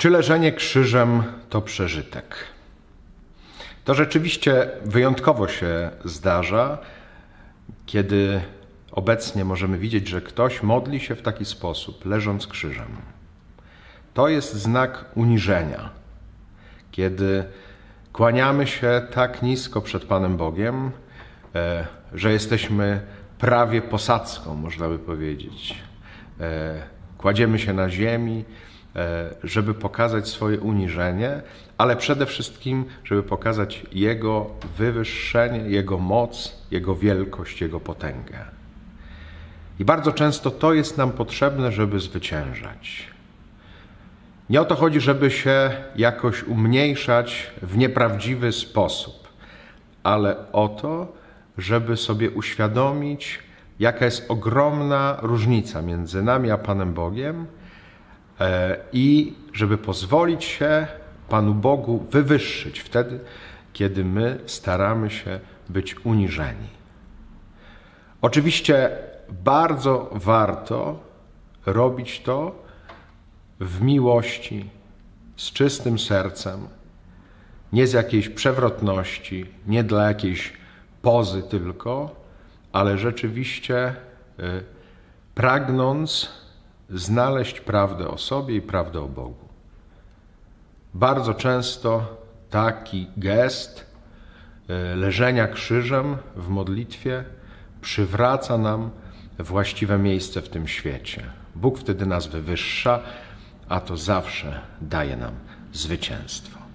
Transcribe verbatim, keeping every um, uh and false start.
Czy leżenie krzyżem to przeżytek? To rzeczywiście wyjątkowo się zdarza, kiedy obecnie możemy widzieć, że ktoś modli się w taki sposób, leżąc krzyżem. To jest znak uniżenia, kiedy kłaniamy się tak nisko przed Panem Bogiem, że jesteśmy prawie posadzką, można by powiedzieć. Kładziemy się na ziemi, żeby pokazać swoje uniżenie, ale przede wszystkim, żeby pokazać Jego wywyższenie, Jego moc, Jego wielkość, Jego potęgę. I bardzo często to jest nam potrzebne, żeby zwyciężać. Nie o to chodzi, żeby się jakoś umniejszać w nieprawdziwy sposób, ale o to, żeby sobie uświadomić, jaka jest ogromna różnica między nami a Panem Bogiem i żeby pozwolić się Panu Bogu wywyższyć wtedy, kiedy my staramy się być uniżeni. Oczywiście bardzo warto robić to w miłości, z czystym sercem, nie z jakiejś przewrotności, nie dla jakiejś pozy tylko, ale rzeczywiście pragnąc znaleźć prawdę o sobie i prawdę o Bogu. Bardzo często taki gest leżenia krzyżem w modlitwie przywraca nam właściwe miejsce w tym świecie. Bóg wtedy nas wywyższa, a to zawsze daje nam zwycięstwo.